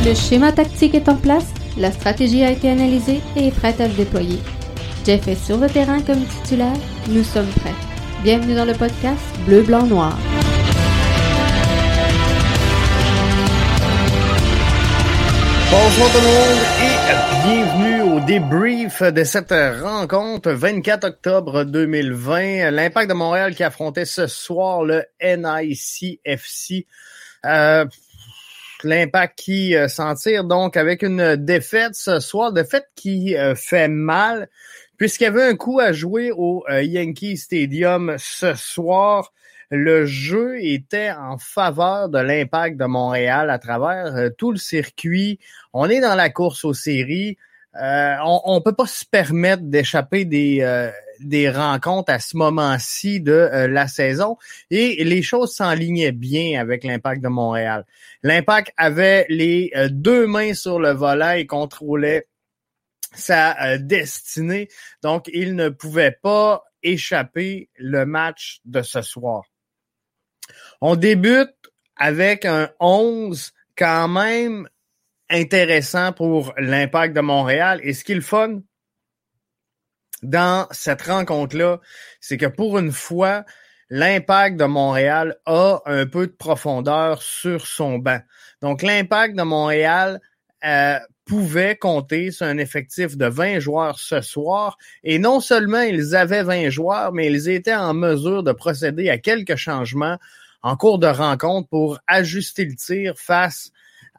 Le schéma tactique est en place, la stratégie a été analysée et est prête à se déployer. Jeff est sur le terrain comme titulaire, nous sommes prêts. Bienvenue dans le podcast Bleu, Blanc, Noir. Bonjour tout le monde et bienvenue au débrief de cette rencontre 24 octobre 2020. L'Impact de Montréal qui affrontait ce soir le NICFC. L'Impact qui s'en tire donc avec une défaite ce soir, défaite qui fait mal puisqu'il y avait un coup à jouer au Yankee Stadium ce soir. Le jeu était en faveur de l'Impact de Montréal à travers tout le circuit. On est dans la course aux séries. On peut pas se permettre d'échapper des rencontres à ce moment-ci de la saison. Et les choses s'enlignaient bien avec l'Impact de Montréal. L'Impact avait les deux mains sur le volant et contrôlait sa destinée. Donc, il ne pouvait pas échapper le match de ce soir. On débute avec un 11 quand même intéressant pour l'Impact de Montréal. Et ce qui est le fun dans cette rencontre-là, c'est que pour une fois, l'Impact de Montréal a un peu de profondeur sur son banc. Donc, l'Impact de Montréal pouvait compter sur un effectif de 20 joueurs ce soir. Et non seulement ils avaient 20 joueurs, mais ils étaient en mesure de procéder à quelques changements en cours de rencontre pour ajuster le tir face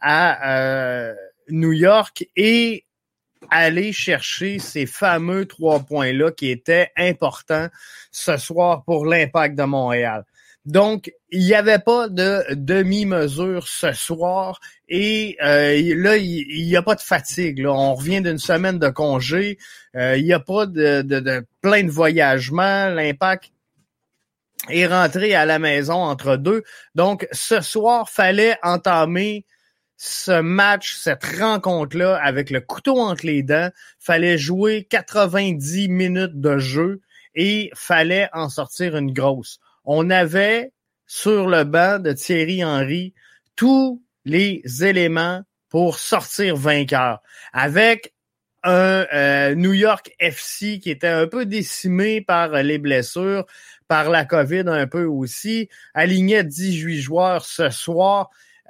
à New York et aller chercher ces fameux 3 points-là qui étaient importants ce soir pour l'Impact de Montréal. Donc, il n'y avait pas de demi-mesure ce soir et là, il n'y a pas de fatigue. Là. On revient d'une semaine de congé. Il n'y a pas de plein de voyagements. L'Impact est rentré à la maison entre deux. Donc, ce soir, fallait entamer ce match, cette rencontre-là avec le couteau entre les dents. Fallait jouer 90 minutes de jeu et fallait en sortir une grosse. On avait sur le banc de Thierry Henry tous les éléments pour sortir vainqueur. Avec un New York FC qui était un peu décimé par les blessures, par la COVID un peu aussi, alignait 18 joueurs ce soir.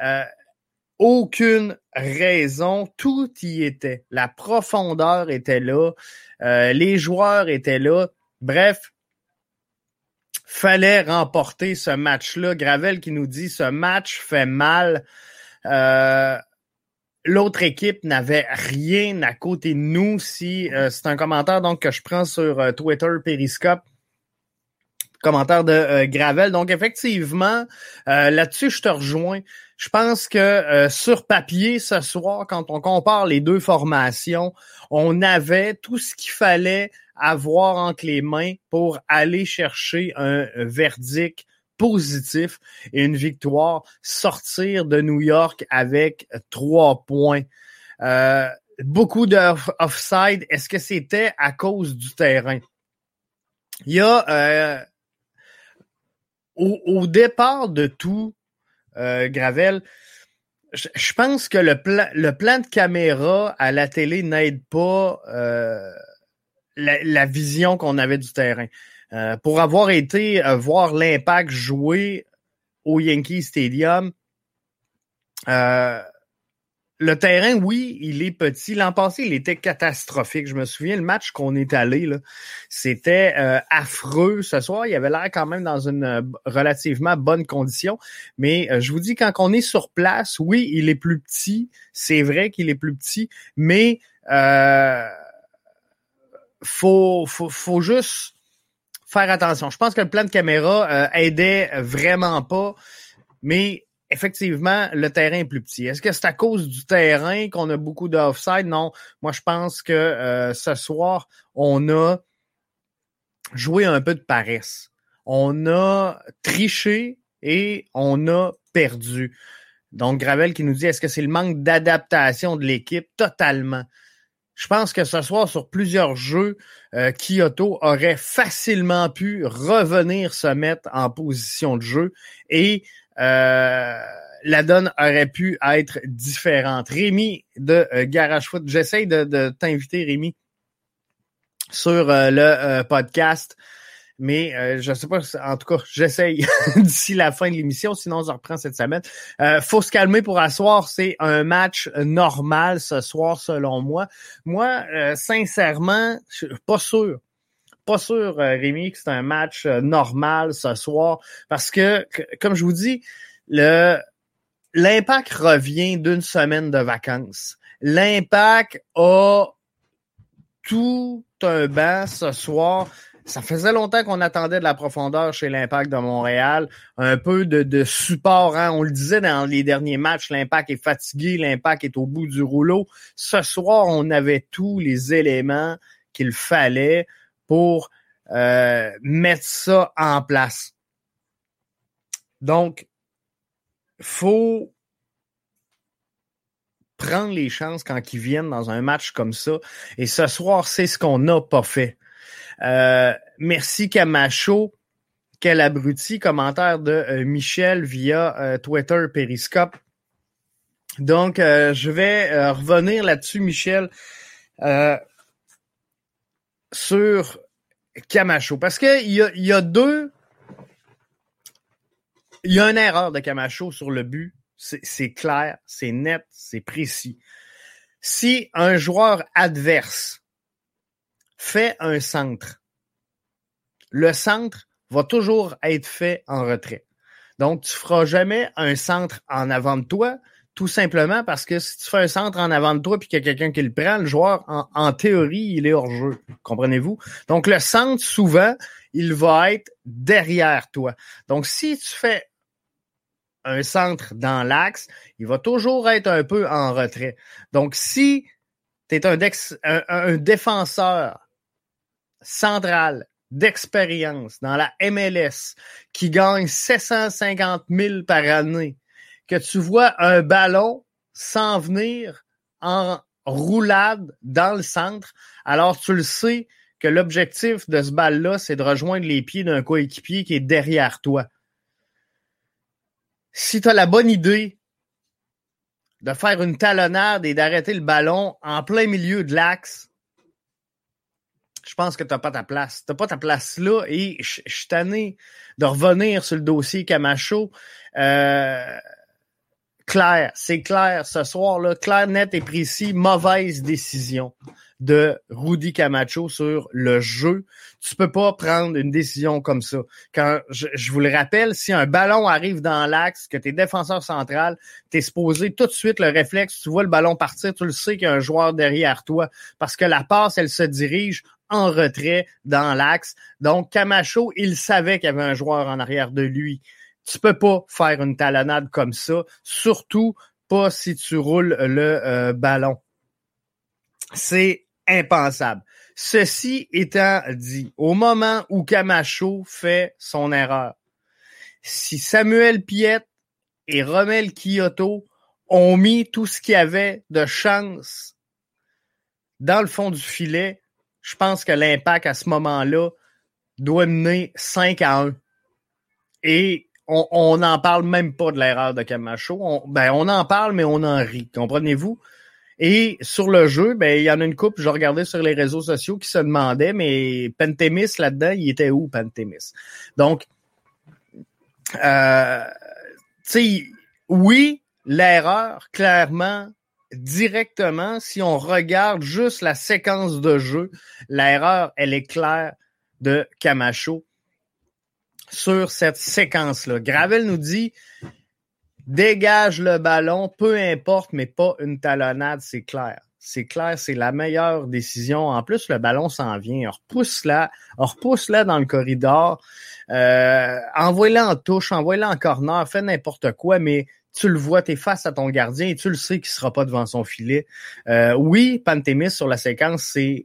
Aucune raison, tout y était. La profondeur était là, les joueurs étaient là. Bref, fallait remporter ce match-là. Gravel qui nous dit « Ce match fait mal ». L'autre équipe n'avait rien à côté de nous. C'est un commentaire donc que je prends sur Twitter, Periscope. Commentaire de Gravel. Donc, effectivement, là-dessus, je te rejoins. Je pense que sur papier, ce soir, quand on compare les deux formations, on avait tout ce qu'il fallait avoir entre les mains pour aller chercher un verdict positif et une victoire, sortir de New York avec 3 points. Beaucoup d'offside. Est-ce que c'était à cause du terrain? Il y a au départ de tout, Gravel, je pense que le plan de caméra à la télé n'aide pas la vision qu'on avait du terrain. Pour avoir été voir l'Impact jouer au Yankee Stadium, le terrain, oui, il est petit. L'an passé, il était catastrophique. Je me souviens, le match qu'on est allé, là, c'était affreux. Ce soir, il avait l'air quand même dans une relativement bonne condition. Mais je vous dis, quand on est sur place, oui, il est plus petit. C'est vrai qu'il est plus petit, mais faut juste faire attention. Je pense que le plan de caméra aidait vraiment pas, mais effectivement, le terrain est plus petit. Est-ce que c'est à cause du terrain qu'on a beaucoup d'offside? Non. Moi, je pense que ce soir, on a joué un peu de paresse. On a triché et on a perdu. Donc, Gravel qui nous dit, est-ce que c'est le manque d'adaptation de l'équipe? Totalement. Je pense que ce soir, sur plusieurs jeux, Kyoto aurait facilement pu revenir se mettre en position de jeu et la donne aurait pu être différente. Rémi de Garage Foot, j'essaye de t'inviter, Rémi, sur le podcast, mais je sais pas, en tout cas, j'essaye d'ici la fin de l'émission, sinon on se reprend cette semaine. Faut se calmer pour asseoir, c'est un match normal ce soir selon moi. Moi, sincèrement, je suis pas sûr. Pas sûr, Rémi, que c'est un match normal ce soir, parce que comme je vous dis, l'Impact revient d'une semaine de vacances. L'Impact a tout un banc ce soir. Ça faisait longtemps qu'on attendait de la profondeur chez l'Impact de Montréal, un peu de support. Hein? On le disait dans les derniers matchs, l'Impact est fatigué, l'Impact est au bout du rouleau. Ce soir, on avait tous les éléments qu'il fallait pour mettre ça en place. Donc, faut prendre les chances quand ils viennent dans un match comme ça. Et ce soir, c'est ce qu'on n'a pas fait. Merci Camacho. Quel abruti. Commentaire de Michel via Twitter Periscope. Donc, je vais revenir là-dessus, Michel, sur Camacho. Parce que il y a une erreur de Camacho sur le but. C'est clair, c'est net, c'est précis. Si un joueur adverse fait un centre, le centre va toujours être fait en retrait. Donc, tu feras jamais un centre en avant de toi, tout simplement parce que si tu fais un centre en avant de toi puis qu'il y a quelqu'un qui le prend, le joueur, en théorie, il est hors jeu. Comprenez-vous? Donc, le centre, souvent, il va être derrière toi. Donc, si tu fais un centre dans l'axe, il va toujours être un peu en retrait. Donc, si tu es un défenseur central d'expérience dans la MLS qui gagne 750 000 par année, que tu vois un ballon s'en venir en roulade dans le centre, alors tu le sais que l'objectif de ce balle-là, c'est de rejoindre les pieds d'un coéquipier qui est derrière toi. Si tu as la bonne idée de faire une talonnade et d'arrêter le ballon en plein milieu de l'axe, je pense que tu n'as pas ta place. Tu n'as pas ta place là et je suis tanné de revenir sur le dossier Camacho. Clair, c'est clair ce soir-là, clair, net et précis, mauvaise décision de Rudy Camacho sur le jeu. Tu peux pas prendre une décision comme ça. Quand je vous le rappelle, si un ballon arrive dans l'axe, que t'es défenseur central, t'es supposé tout de suite le réflexe, tu vois le ballon partir, tu le sais qu'il y a un joueur derrière toi parce que la passe, elle se dirige en retrait dans l'axe. Donc, Camacho, il savait qu'il y avait un joueur en arrière de lui. Tu peux pas faire une talonnade comme ça, surtout pas si tu roules le ballon. C'est impensable. Ceci étant dit, au moment où Camacho fait son erreur, si Samuel Piette et Romel Kyoto ont mis tout ce qu'il y avait de chance dans le fond du filet, je pense que l'Impact à ce moment-là doit mener 5-1. Et on n'en parle même pas de l'erreur de Camacho. On en parle, mais on en rit. Comprenez-vous? Et sur le jeu, il y en a une couple, je regardais sur les réseaux sociaux qui se demandaient, mais Pantémis là-dedans, il était où, Pantémis? Donc, tu sais, oui, l'erreur, clairement, directement, si on regarde juste la séquence de jeu, l'erreur, elle est claire de Camacho sur cette séquence-là. Gravel nous dit dégage le ballon, peu importe, mais pas une talonnade, c'est clair. C'est clair, c'est la meilleure décision. En plus, le ballon s'en vient. Repousse-la dans le corridor. Envoie-la en touche, envoie-la en corner, fais n'importe quoi, mais tu le vois, t'es face à ton gardien et tu le sais qu'il sera pas devant son filet. Oui, Pantémis sur la séquence, c'est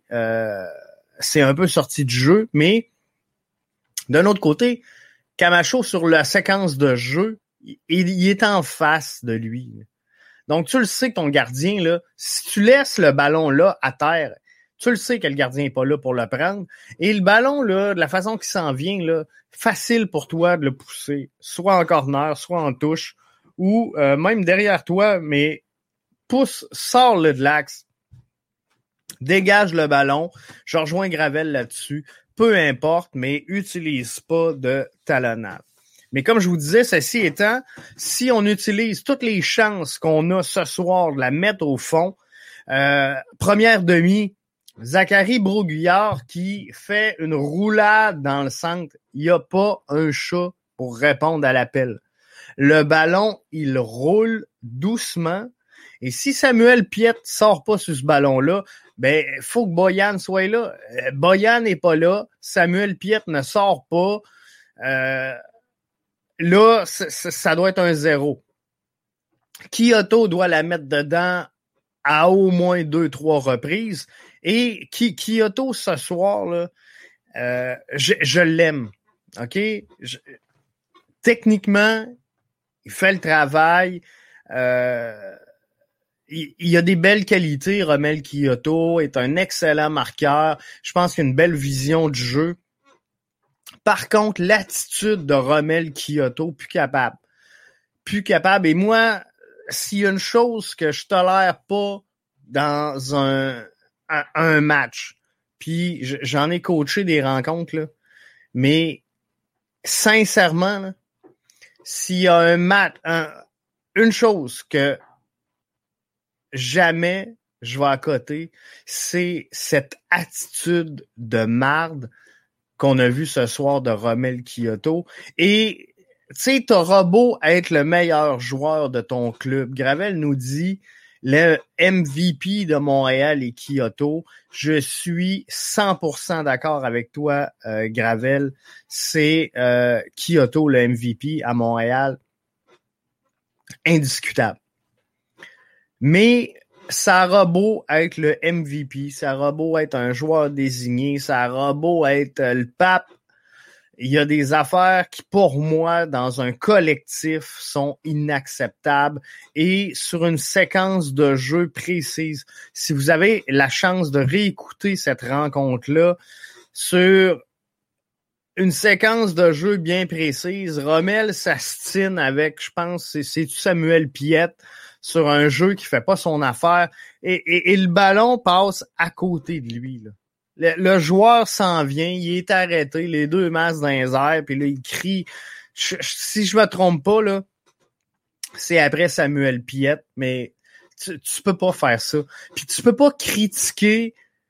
un peu sorti du jeu, mais d'un autre côté, Camacho sur la séquence de jeu, il est en face de lui. Donc, tu le sais que ton gardien, là, si tu laisses le ballon là à terre, tu le sais que le gardien n'est pas là pour le prendre. Et le ballon, là, de la façon qu'il s'en vient, là, facile pour toi de le pousser, soit en corner, soit en touche, ou même derrière toi, mais sors-le de l'axe, dégage le ballon. Je rejoins Gravel là-dessus. Peu importe, mais utilise pas de talonnade. Mais comme je vous disais, ceci étant, si on utilise toutes les chances qu'on a ce soir de la mettre au fond, première demi, Zachary Broguillard qui fait une roulade dans le centre. Il n'y a pas un chat pour répondre à l'appel. Le ballon, il roule doucement. Et si Samuel Piette sort pas sur ce ballon-là, ben, faut que Boyan soit là. Boyan n'est pas là. Samuel Piette ne sort pas. Là, ça doit être un 0. Kyoto doit la mettre dedans à au moins 2-3 reprises. Et Kyoto, ce soir, là, je l'aime. OK? Techniquement, il fait le travail. Il y a des belles qualités. Romel Kyoto est un excellent marqueur. Je pense qu'il a une belle vision du jeu. Par contre, l'attitude de Romel Kyoto, plus capable. Plus capable. Et moi, s'il y a une chose que je tolère pas dans un match, puis j'en ai coaché des rencontres, là, mais sincèrement, là, s'il y a un match, une chose que jamais je vais accoter, c'est cette attitude de marde qu'on a vu ce soir de Romel Kyoto. Et tu sais, t'auras beau être le meilleur joueur de ton club. Gravel nous dit le MVP de Montréal est Kyoto. Je suis 100% d'accord avec toi, Gravel. C'est Kyoto le MVP à Montréal. Indiscutable. Mais ça aura beau être le MVP, ça aura beau être un joueur désigné, ça aura beau être le pape. Il y a des affaires qui, pour moi, dans un collectif, sont inacceptables. Et sur une séquence de jeu précise, si vous avez la chance de réécouter cette rencontre-là, sur une séquence de jeu bien précise, Romel s'astine avec, je pense, c'est Samuel Piette, sur un jeu qui fait pas son affaire. Et le ballon passe à côté de lui, là. Le joueur s'en vient, il est arrêté, les deux masses dans les airs, puis là, il crie. Si je me trompe pas, là, c'est après Samuel Piette, mais tu peux pas faire ça. Puis tu peux pas critiquer.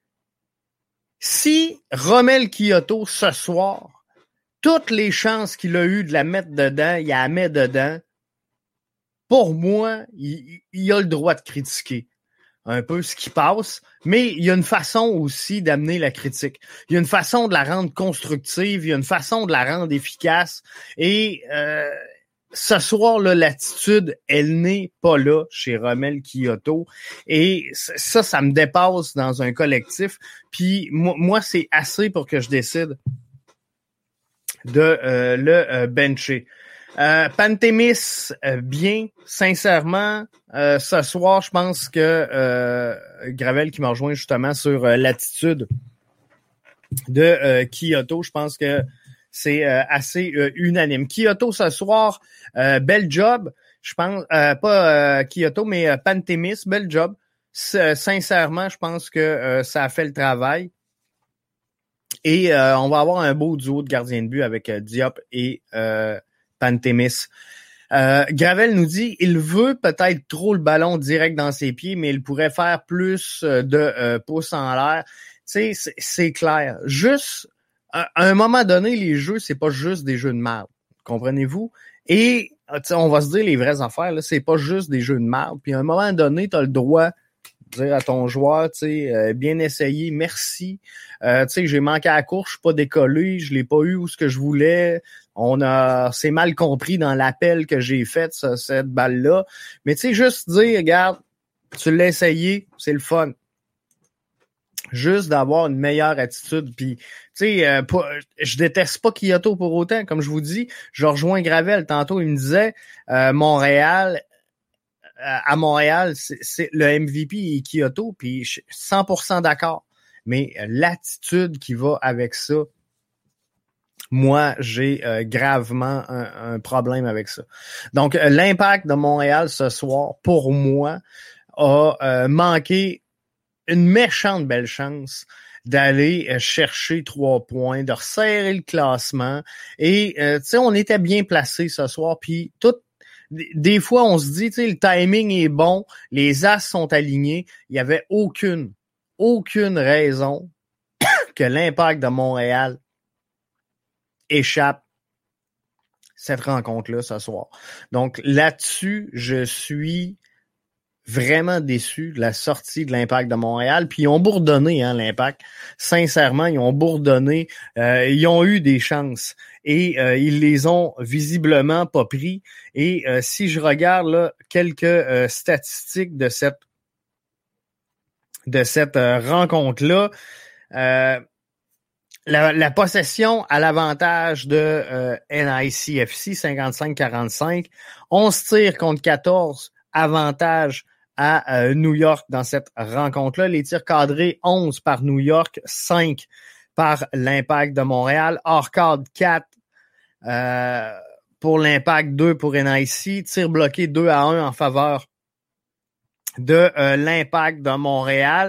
Si Romel Kyoto, ce soir, toutes les chances qu'il a eues de la mettre dedans, il la met dedans, pour moi, il a le droit de critiquer un peu ce qui passe, mais il y a une façon aussi d'amener la critique. Il y a une façon de la rendre constructive, il y a une façon de la rendre efficace. Et ce soir-là, l'attitude, elle n'est pas là chez Romel Kyoto. Et ça me dépasse dans un collectif. Puis moi, c'est assez pour que je décide de le bencher. Pantémis, bien, sincèrement, ce soir, je pense que Gravel qui m'a rejoint justement sur l'attitude de Kyoto, je pense que c'est assez unanime. Kyoto ce soir, bel job, je pense, pas Kyoto, mais Pantémis, bel job. Sincèrement, je pense que ça a fait le travail. Et on va avoir un beau duo de gardiens de but avec Diop et Pantémis. Gravel nous dit, il veut peut-être trop le ballon direct dans ses pieds, mais il pourrait faire plus de pouces en l'air. Tu sais, c'est clair. Juste, à un moment donné, les jeux, c'est pas juste des jeux de merde. Comprenez-vous? Et on va se dire les vraies affaires, là, c'est pas juste des jeux de merde. Puis à un moment donné, tu as le droit de dire à ton joueur, tu sais, bien essayé, merci. Tu sais, j'ai manqué à la course, je suis pas décollé, je l'ai pas eu où ce que je voulais. C'est mal compris dans l'appel que j'ai fait, cette balle-là. Mais tu sais, juste dire, regarde, tu l'as essayé, c'est le fun. Juste d'avoir une meilleure attitude. Puis, tu sais, je déteste pas Kyoto pour autant. Comme je vous dis, je rejoins Gravel. Tantôt, il me disait, Montréal, à Montréal, c'est le MVP et Kyoto, puis je suis 100% d'accord. Mais l'attitude qui va avec ça, Moi, j'ai gravement un problème avec ça. Donc, l'Impact de Montréal ce soir, pour moi, a manqué une méchante belle chance d'aller chercher 3 points, de resserrer le classement. Et, tu sais, on était bien placés ce soir. Puis, des fois, on se dit, tu sais, le timing est bon, les as sont alignés. Il n'y avait aucune raison que l'Impact de Montréal échappe cette rencontre-là ce soir. Donc, là-dessus, je suis vraiment déçu de la sortie de l'Impact de Montréal. Puis ils ont bourdonné, l'Impact. Sincèrement, ils ont bourdonné. Ils ont eu des chances et ils les ont visiblement pas pris. Et si je regarde là, quelques statistiques de cette rencontre-là, la possession à l'avantage de NICFC, 55-45. 11 tirs contre 14, avantage à New York dans cette rencontre-là. Les tirs cadrés, 11 par New York, 5 par l'Impact de Montréal. Hors cadre, 4 pour l'Impact, 2 pour NIC. Tirs bloqués, 2-1 en faveur de l'Impact de Montréal.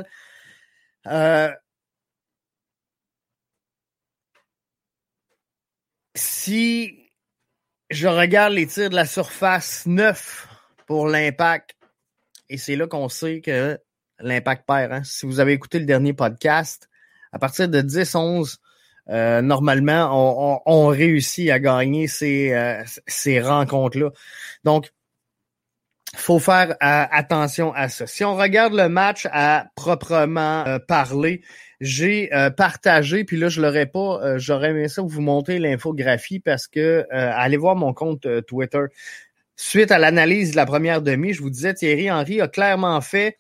Si je regarde les tirs de la surface, 9 pour l'Impact, et c'est là qu'on sait que l'Impact perd. Si vous avez écouté le dernier podcast, à partir de 10-11, normalement, on réussit à gagner ces rencontres-là. Donc, faut faire attention à ça. Si on regarde le match à proprement parler, j'ai partagé, puis là je l'aurais pas, j'aurais aimé ça vous montrer l'infographie parce que allez voir mon compte Twitter. Suite à l'analyse de la première demi, je vous disais Thierry Henry a clairement fait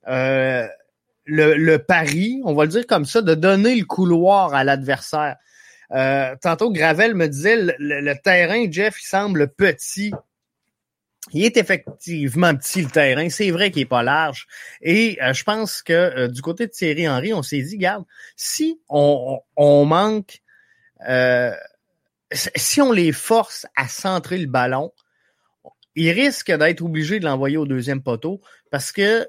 le pari, on va le dire comme ça, de donner le couloir à l'adversaire. Tantôt Gravel me disait le terrain, Jeff, il semble petit. Il est effectivement petit le terrain, c'est vrai qu'il est pas large. Et je pense que du côté de Thierry Henry, on s'est dit, regarde, si on manque, si on les force à centrer le ballon, ils risquent d'être obligés de l'envoyer au deuxième poteau parce que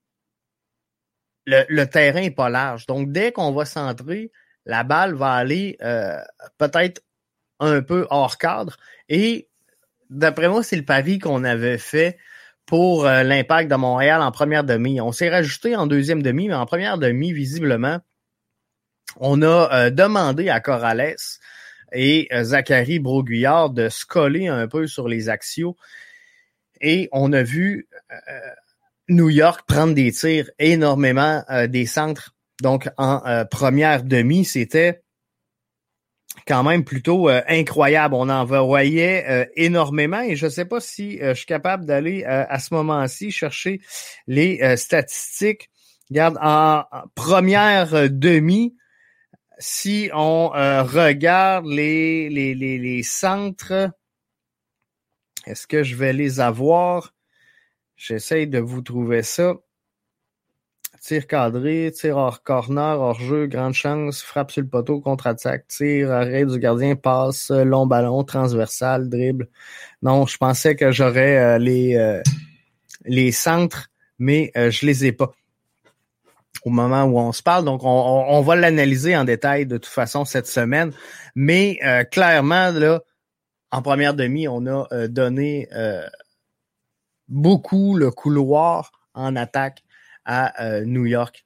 le terrain est pas large. Donc dès qu'on va centrer, la balle va aller peut-être un peu hors cadre et d'après moi, c'est le pari qu'on avait fait pour l'Impact de Montréal en première demi. On s'est rajouté en deuxième demi, mais en première demi, visiblement, on a demandé à Corrales et Zachary Broguillard de se coller un peu sur les axiaux. Et on a vu New York prendre des tirs énormément des centres. Donc, en première demi, c'était quand même plutôt incroyable. On en voyait énormément et je ne sais pas si je suis capable d'aller à ce moment-ci chercher les statistiques. Regarde, en première demi, si on regarde les centres, est-ce que je vais les avoir? J'essaye de vous trouver ça. Tir cadré, tir hors corner, hors jeu, grande chance, frappe sur le poteau, contre-attaque, tir, arrêt du gardien, passe, long ballon, transversal, dribble. Non, je pensais que j'aurais les centres, mais je les ai pas au moment où on se parle. Donc, on va l'analyser en détail de toute façon cette semaine. Mais clairement, là, en première demi, on a donné beaucoup le couloir en attaque à New York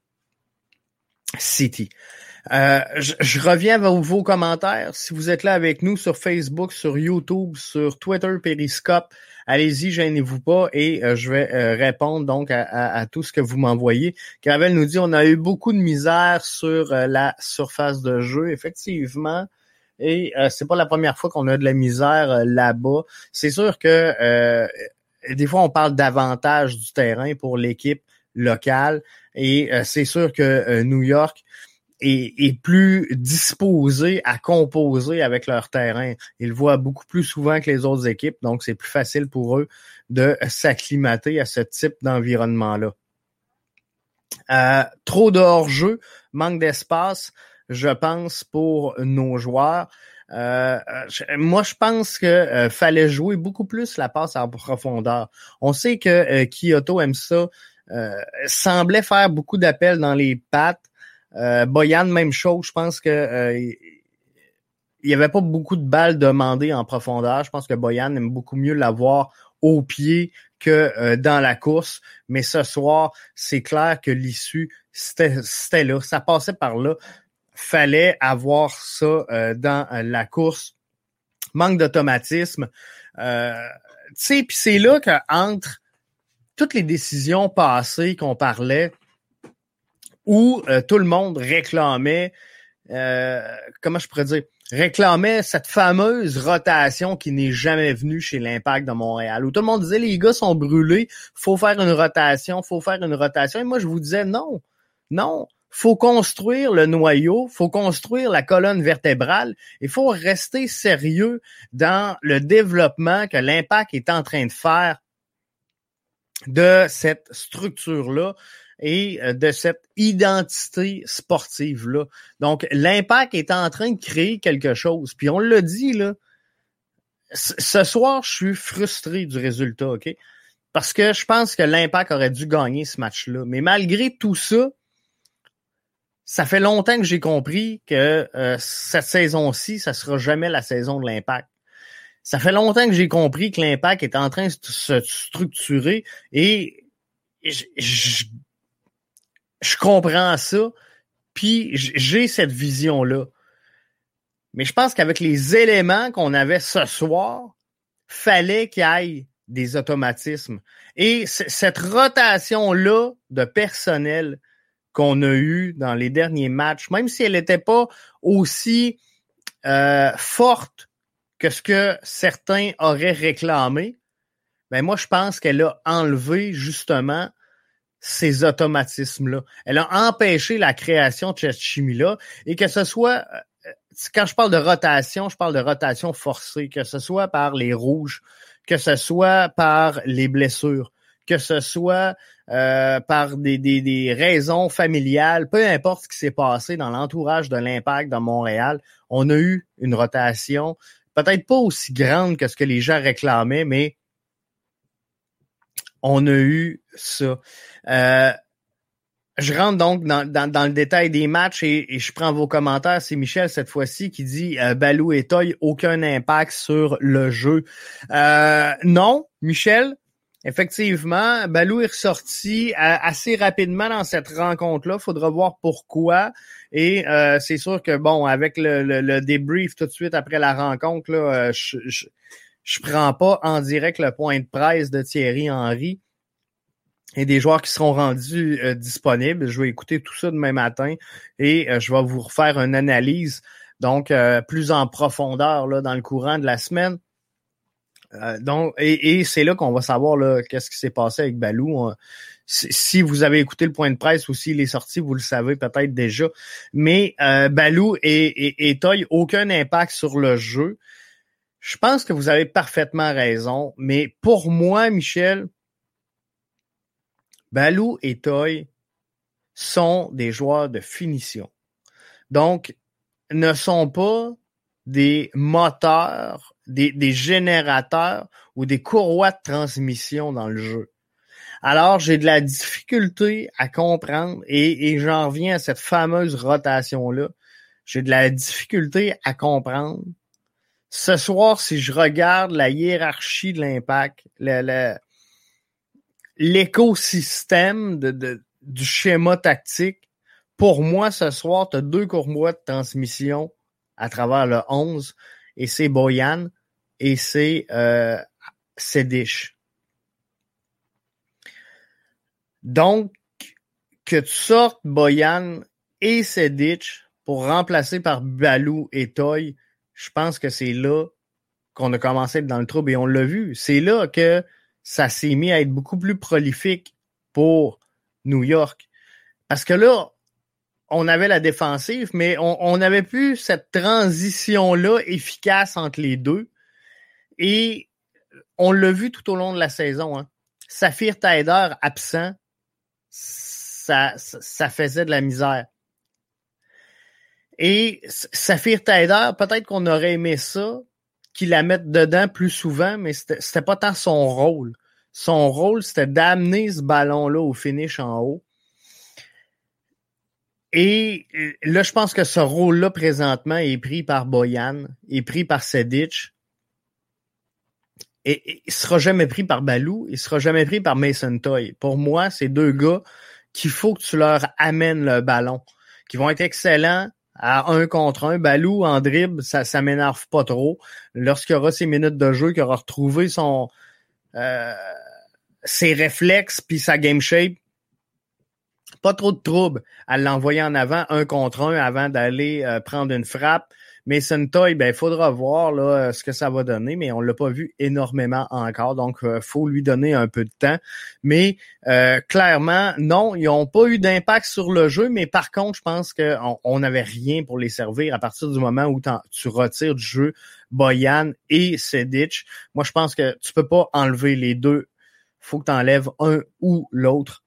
City. Je reviens à vos commentaires. Si vous êtes là avec nous sur Facebook, sur YouTube, sur Twitter, Periscope, allez-y, gênez-vous pas et je vais répondre donc à tout ce que vous m'envoyez. Gravel nous dit on a eu beaucoup de misère sur la surface de jeu, effectivement. Et c'est pas la première fois qu'on a de la misère là-bas. C'est sûr que des fois on parle d'avantage du terrain pour l'équipe locale et c'est sûr que New York est plus disposé à composer avec leur terrain. Ils le voient beaucoup plus souvent que les autres équipes, donc c'est plus facile pour eux de s'acclimater à ce type d'environnement-là. Trop de hors-jeu, manque d'espace, je pense, pour nos joueurs. Moi, je pense que fallait jouer beaucoup plus la passe en profondeur. On sait que Kyoto aime ça. Semblait faire beaucoup d'appels dans les pattes. Boyan, même chose. Je pense que il y avait pas beaucoup de balles demandées en profondeur. Je pense que Boyan aime beaucoup mieux l'avoir au pied que dans la course. Mais ce soir, c'est clair que l'issue, c'était là. Ça passait par là. Fallait avoir ça dans la course. Manque d'automatisme. Tu sais, puis c'est là qu'entre toutes les décisions passées qu'on parlait, où tout le monde réclamait, comment je pourrais dire, réclamait cette fameuse rotation qui n'est jamais venue chez l'Impact de Montréal, où tout le monde disait, les gars sont brûlés, faut faire une rotation. Et moi, je vous disais, non, faut construire le noyau, faut construire la colonne vertébrale, il faut rester sérieux dans le développement que l'Impact est en train de faire de cette structure-là et de cette identité sportive-là. Donc, l'Impact est en train de créer quelque chose. Puis on l'a dit, là, ce soir, je suis frustré du résultat, OK? Parce que je pense que l'Impact aurait dû gagner ce match-là. Mais malgré tout ça, ça fait longtemps que j'ai compris que cette saison-ci, ça sera jamais la saison de l'Impact. Ça fait longtemps que j'ai compris que l'Impact est en train de se structurer et je comprends ça, puis j'ai cette vision-là. Mais je pense qu'avec les éléments qu'on avait ce soir, fallait qu'il y ait des automatismes. Et cette rotation-là de personnel qu'on a eu dans les derniers matchs, même si elle n'était pas aussi forte que ce que certains auraient réclamé, ben moi, je pense qu'elle a enlevé justement ces automatismes-là. Elle a empêché la création de cette chimie-là et que ce soit, quand je parle de rotation forcée, que ce soit par les rouges, que ce soit par les blessures, que ce soit par des raisons familiales, peu importe ce qui s'est passé dans l'entourage de l'Impact de Montréal, on a eu une rotation, peut-être pas aussi grande que ce que les gens réclamaient, mais on a eu ça. Je rentre donc dans le détail des matchs et je prends vos commentaires. C'est Michel cette fois-ci qui dit Balou et Toy, aucun impact sur le jeu. Non, Michel, effectivement, Balou est ressorti assez rapidement dans cette rencontre-là. Faudra voir pourquoi. Et c'est sûr que, bon, avec le débrief tout de suite après la rencontre, là, je prends pas en direct le point de presse de Thierry Henry et des joueurs qui seront rendus disponibles. Je vais écouter tout ça demain matin et je vais vous refaire une analyse donc plus en profondeur là, dans le courant de la semaine. Donc et c'est là qu'on va savoir là, qu'est-ce qui s'est passé avec Balou. Si vous avez écouté le point de presse ou s'il est sorti, vous le savez peut-être déjà. Mais Balou et Toy, aucun impact sur le jeu. Je pense que vous avez parfaitement raison, mais pour moi, Michel, Balou et Toy sont des joueurs de finition. Donc, ne sont pas des moteurs, des générateurs ou des courroies de transmission dans le jeu. Alors, j'ai de la difficulté à comprendre et j'en reviens à cette fameuse rotation-là. J'ai de la difficulté à comprendre. Ce soir, si je regarde la hiérarchie de l'Impact, l'écosystème du schéma tactique, pour moi, ce soir, tu as 2 courroies de transmission à travers le 11, et c'est Boyan et c'est Sedic. Donc, que tu sortes Boyan et Sedic pour remplacer par Balou et Toy, je pense que c'est là qu'on a commencé à être dans le trouble et on l'a vu. C'est là que ça s'est mis à être beaucoup plus prolifique pour New York. Parce que là, on avait la défensive, mais on n'avait plus cette transition-là efficace entre les deux. Et on l'a vu tout au long de la saison. Hein. Saphir Taider absent, ça faisait de la misère. Et Saphir Taider, peut-être qu'on aurait aimé ça, qu'il la mette dedans plus souvent, mais c'était pas tant son rôle. Son rôle, c'était d'amener ce ballon-là au finish en haut. Et là, je pense que ce rôle-là, présentement, est pris par Bojan, est pris par Sedic. Et il sera jamais pris par Balou, il sera jamais pris par Mason Toye. Pour moi, c'est deux gars qu'il faut que tu leur amènes le ballon, qui vont être excellents à 1 contre 1. Balou, en dribble, ça m'énerve pas trop. Lorsqu'il aura ses minutes de jeu, qu'il aura retrouvé ses réflexes puis sa game shape, pas trop de trouble à l'envoyer en avant 1 contre 1 avant d'aller prendre une frappe. Mason Toye, il faudra voir là ce que ça va donner, mais on l'a pas vu énormément encore, donc faut lui donner un peu de temps. Mais clairement, non, ils n'ont pas eu d'impact sur le jeu, mais par contre, je pense qu'on n'avait rien pour les servir à partir du moment où tu retires du jeu Bojan et Sedic. Moi, je pense que tu peux pas enlever les deux. Faut que tu enlèves un ou l'autre.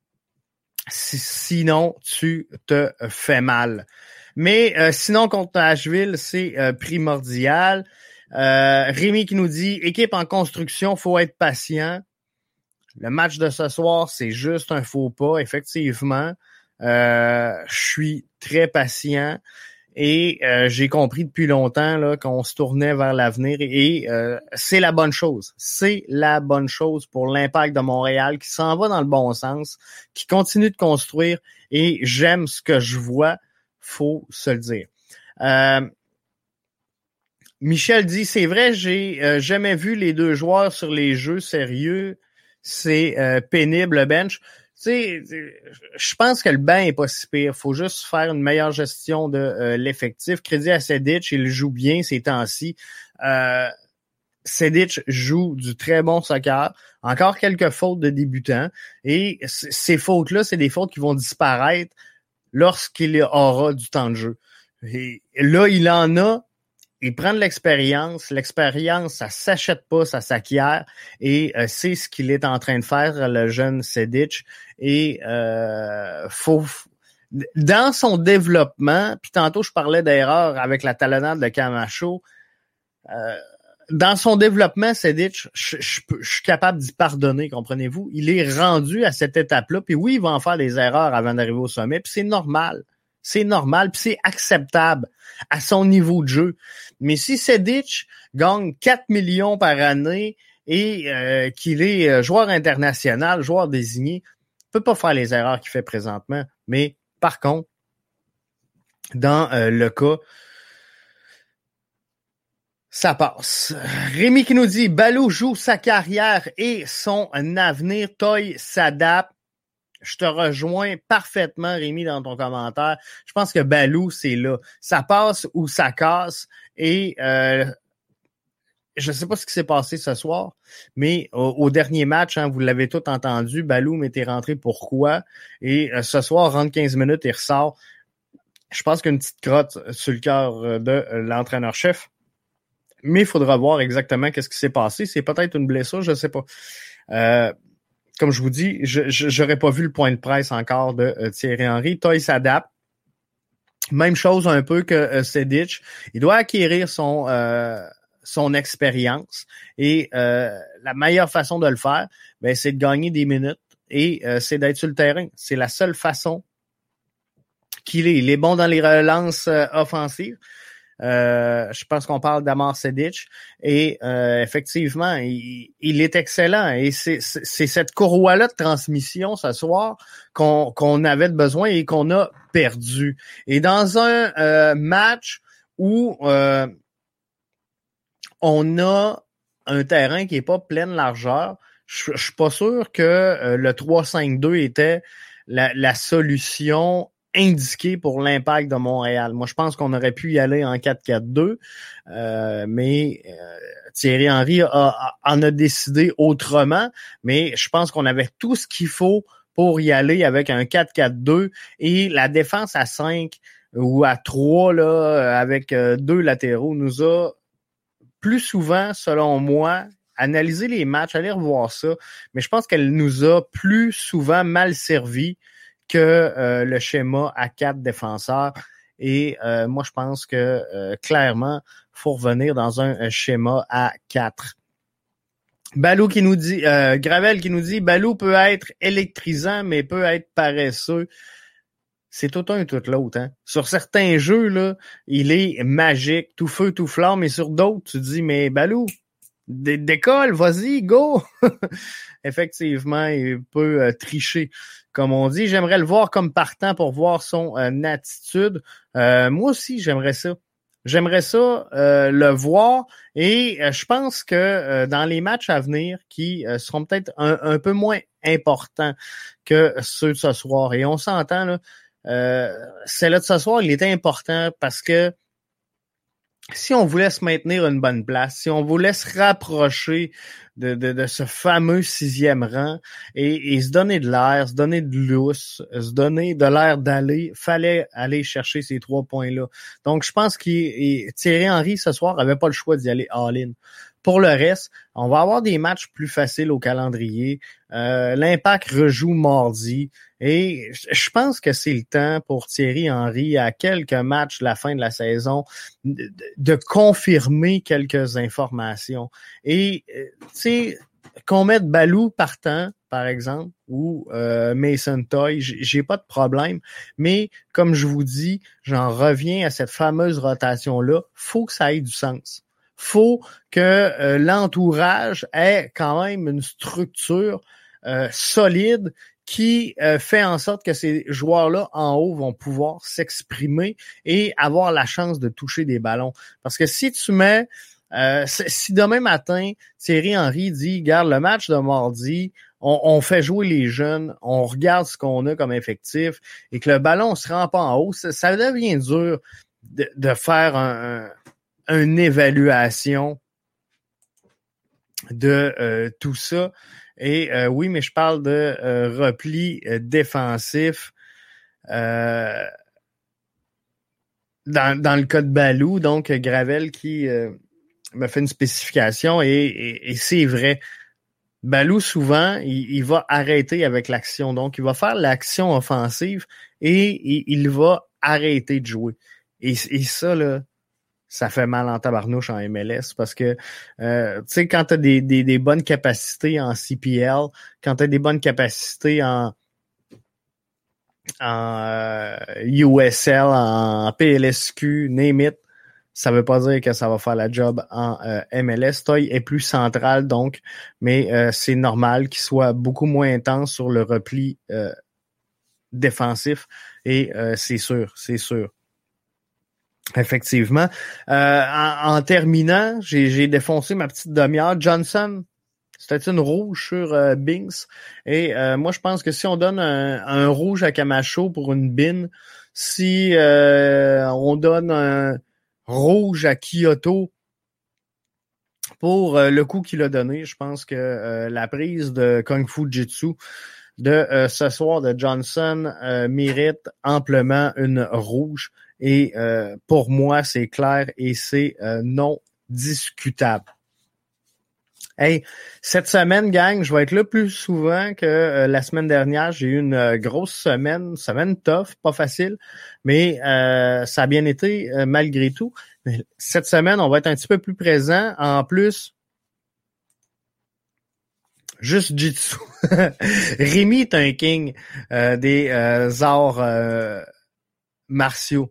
Sinon, tu te fais mal. Mais sinon, contre Nashville, c'est primordial. Rémi qui nous dit « Équipe en construction, faut être patient. » Le match de ce soir, c'est juste un faux pas, effectivement. Je suis très patient et j'ai compris depuis longtemps là, qu'on se tournait vers l'avenir et c'est la bonne chose. C'est la bonne chose pour l'Impact de Montréal qui s'en va dans le bon sens, qui continue de construire et j'aime ce que je vois. Faut se le dire. Michel dit, c'est vrai, j'ai jamais vu les deux joueurs sur les jeux sérieux. C'est pénible, le bench. Tu sais, je pense que le banc est pas si pire. Faut juste faire une meilleure gestion de l'effectif. Crédit à Sedic, il joue bien ces temps-ci. Sedic joue du très bon soccer. Encore quelques fautes de débutants. Et ces fautes-là, c'est des fautes qui vont disparaître lorsqu'il aura du temps de jeu. Et là, il en a, il prend de l'expérience. L'expérience, ça s'achète pas, ça s'acquiert. Et c'est ce qu'il est en train de faire, le jeune Sedic. Et dans son développement, puis tantôt je parlais d'erreur avec la talonnade de Camacho, dans son développement, Sedic, je suis capable d'y pardonner, comprenez-vous? Il est rendu à cette étape-là, puis oui, il va en faire des erreurs avant d'arriver au sommet, puis c'est normal. C'est normal, puis c'est acceptable à son niveau de jeu. Mais si Sedic gagne 4 millions par année et qu'il est joueur international, joueur désigné, il peut pas faire les erreurs qu'il fait présentement. Mais par contre, dans le cas, ça passe. Rémi qui nous dit, Balou joue sa carrière et son avenir. Toye s'adapte. Je te rejoins parfaitement, Rémi, dans ton commentaire. Je pense que Balou, c'est là. Ça passe ou ça casse. Et je ne sais pas ce qui s'est passé ce soir, mais au dernier match, vous l'avez tout entendu, Balou m'était rentré pourquoi. Et ce soir, rentre 15 minutes et ressort. Je pense qu'il y a une petite crotte sur le cœur de l'entraîneur-chef. Mais il faudra voir exactement qu'est-ce qui s'est passé. C'est peut-être une blessure, je ne sais pas. Comme je vous dis, je n'aurais pas vu le point de presse encore de Thierry Henry. Toye s'adapte. Même chose un peu que Sedic. Il doit acquérir son expérience. Et la meilleure façon de le faire, c'est de gagner des minutes et c'est d'être sur le terrain. C'est la seule façon qu'il est. Il est bon dans les relances offensives. Je pense qu'on parle d'Amar Sedic et effectivement, il est excellent et c'est cette courroie-là de transmission ce soir qu'on avait besoin et qu'on a perdu. Et dans un match où on a un terrain qui est pas pleine largeur, je suis pas sûr que le 3-5-2 était la solution indiqué pour l'Impact de Montréal. Moi, je pense qu'on aurait pu y aller en 4-4-2, mais Thierry Henry en a décidé autrement, mais je pense qu'on avait tout ce qu'il faut pour y aller avec un 4-4-2 et la défense à 5 ou à 3 là, avec 2 latéraux nous a plus souvent, selon moi, analysé les matchs, aller revoir ça, mais je pense qu'elle nous a plus souvent mal servi que le schéma à 4 défenseurs. Et moi, je pense que clairement, faut revenir dans un schéma à 4. Balou qui nous dit, Gravel qui nous dit, Balou peut être électrisant, mais peut être paresseux. C'est tout un et tout l'autre. Hein? Sur certains jeux, là, il est magique, tout feu, tout flamme, mais sur d'autres, tu te dis, mais Balou, décolle, vas-y, go! Effectivement, il peut tricher, comme on dit. J'aimerais le voir comme partant pour voir son attitude. Moi aussi, j'aimerais ça. J'aimerais ça le voir et je pense que dans les matchs à venir qui seront peut-être un peu moins importants que ceux de ce soir, et on s'entend, là, celle-là de ce soir, il était important parce que si on voulait se maintenir une bonne place, si on voulait se rapprocher de ce fameux 6e rang et se donner de l'air, se donner de lousse, se donner de l'air d'aller, fallait aller chercher ces 3 points-là. Donc, je pense que Thierry Henry, ce soir, avait pas le choix d'y aller all-in. Pour le reste, on va avoir des matchs plus faciles au calendrier. L'Impact rejoue mardi. Et je pense que c'est le temps pour Thierry Henry, à quelques matchs de la fin de la saison, de confirmer quelques informations. Et, tu sais, qu'on mette Balou partant, par exemple, ou Mason Toye, j'ai pas de problème. Mais, comme je vous dis, j'en reviens à cette fameuse rotation-là. Faut que ça ait du sens. Faut que l'entourage ait quand même une structure solide qui fait en sorte que ces joueurs-là en haut vont pouvoir s'exprimer et avoir la chance de toucher des ballons. Parce que si tu mets, si demain matin, Thierry Henry dit, regarde le match de mardi, on fait jouer les jeunes, on regarde ce qu'on a comme effectif et que le ballon ne se rend pas en haut, ça devient dur de faire une évaluation de tout ça. Et oui, mais je parle de repli défensif dans le cas de Balou, donc Gravel qui me fait une spécification et c'est vrai. Balou, souvent, il va arrêter avec l'action. Donc, il va faire l'action offensive et il va arrêter de jouer. Et ça, là, ça fait mal en tabarnouche en MLS parce que, tu sais, quand tu as des bonnes capacités en CPL, quand tu as des bonnes capacités en USL, en PLSQ, name it, ça veut pas dire que ça va faire la job en MLS. Toye est plus central, donc, mais c'est normal qu'il soit beaucoup moins intense sur le repli défensif et c'est sûr. Effectivement. En terminant, j'ai défoncé ma petite demi-heure. Johnson, c'était une rouge sur Binks. Et moi, je pense que si on donne un rouge à Camacho pour une bin, si on donne un rouge à Kyoto pour le coup qu'il a donné, je pense que la prise de Kung Fu Jitsu de ce soir de Johnson mérite amplement une rouge. Et pour moi, c'est clair et c'est non discutable. Hey, cette semaine, gang, je vais être là plus souvent que la semaine dernière. J'ai eu une grosse semaine tough, pas facile, mais ça a bien été malgré tout. Mais cette semaine, on va être un petit peu plus présent. En plus, juste Jitsu. Rémi est un king des arts martiaux.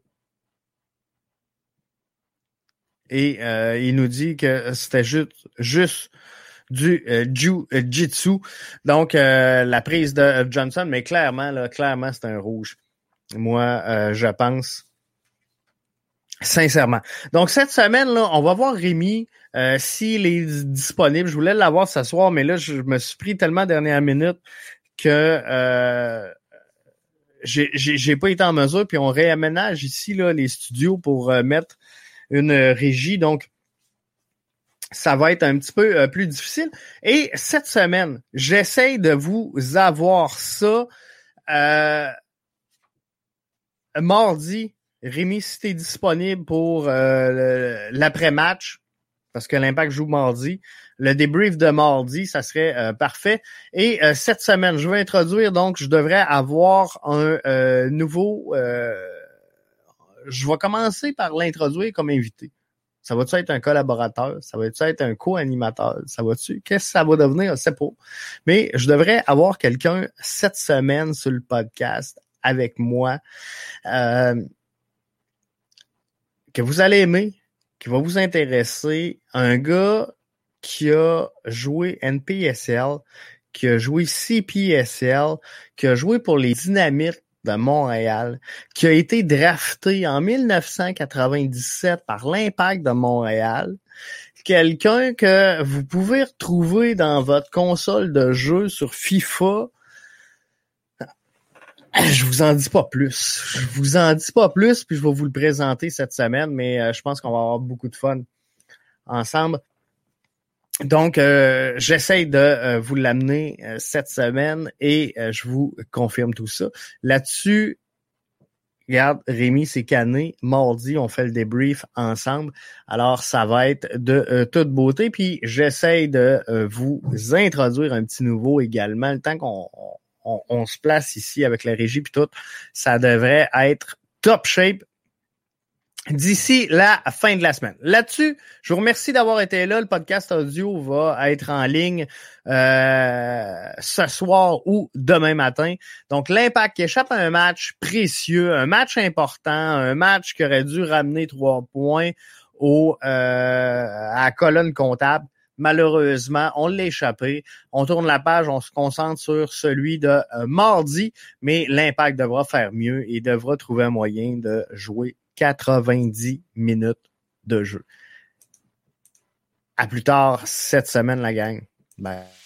Et il nous dit que c'était juste du jiu-jitsu. Donc, la prise de Johnson, mais clairement, c'est un rouge. Moi, je pense sincèrement. Donc, cette semaine, là, on va voir Rémi s'il est disponible. Je voulais l'avoir ce soir, mais là, je me suis pris tellement dernière minute que j'ai pas été en mesure. Puis on réaménage ici là les studios pour mettre une régie. Donc, ça va être un petit peu plus difficile. Et cette semaine, j'essaye de vous avoir ça mardi. Rémi, si t'es disponible pour l'après-match, parce que l'Impact joue mardi, le débrief de mardi, ça serait parfait. Et cette semaine, je vais introduire, donc, je devrais avoir un nouveau... je vais commencer par l'introduire comme invité. Ça va-tu être un collaborateur? Ça va-tu être un co-animateur? Qu'est-ce que ça va devenir? Je sais pas. Mais je devrais avoir quelqu'un cette semaine sur le podcast avec moi que vous allez aimer, qui va vous intéresser. Un gars qui a joué NPSL, qui a joué CPSL, qui a joué pour les Dynamites de Montréal, qui a été drafté en 1997 par l'Impact de Montréal, quelqu'un que vous pouvez retrouver dans votre console de jeu sur FIFA. Je vous en dis pas plus. Puis je vais vous le présenter cette semaine, mais je pense qu'on va avoir beaucoup de fun ensemble. Donc, j'essaye de vous l'amener cette semaine et je vous confirme tout ça. Là-dessus, regarde, Rémi s'est canné. Mardi, on fait le débrief ensemble. Alors, ça va être de toute beauté. Puis, j'essaye de vous introduire un petit nouveau également. Le temps qu'on se place ici avec la régie puis tout, ça devrait être top shape d'ici la fin de la semaine. Là-dessus, je vous remercie d'avoir été là. Le podcast audio va être en ligne ce soir ou demain matin. Donc, l'Impact qui échappe à un match précieux, un match important, un match qui aurait dû ramener 3 points à la colonne comptable. Malheureusement, on l'a échappé. On tourne la page, on se concentre sur celui de mardi, mais l'Impact devra faire mieux et devra trouver un moyen de jouer 90 minutes de jeu. À plus tard cette semaine, la gang. Bye.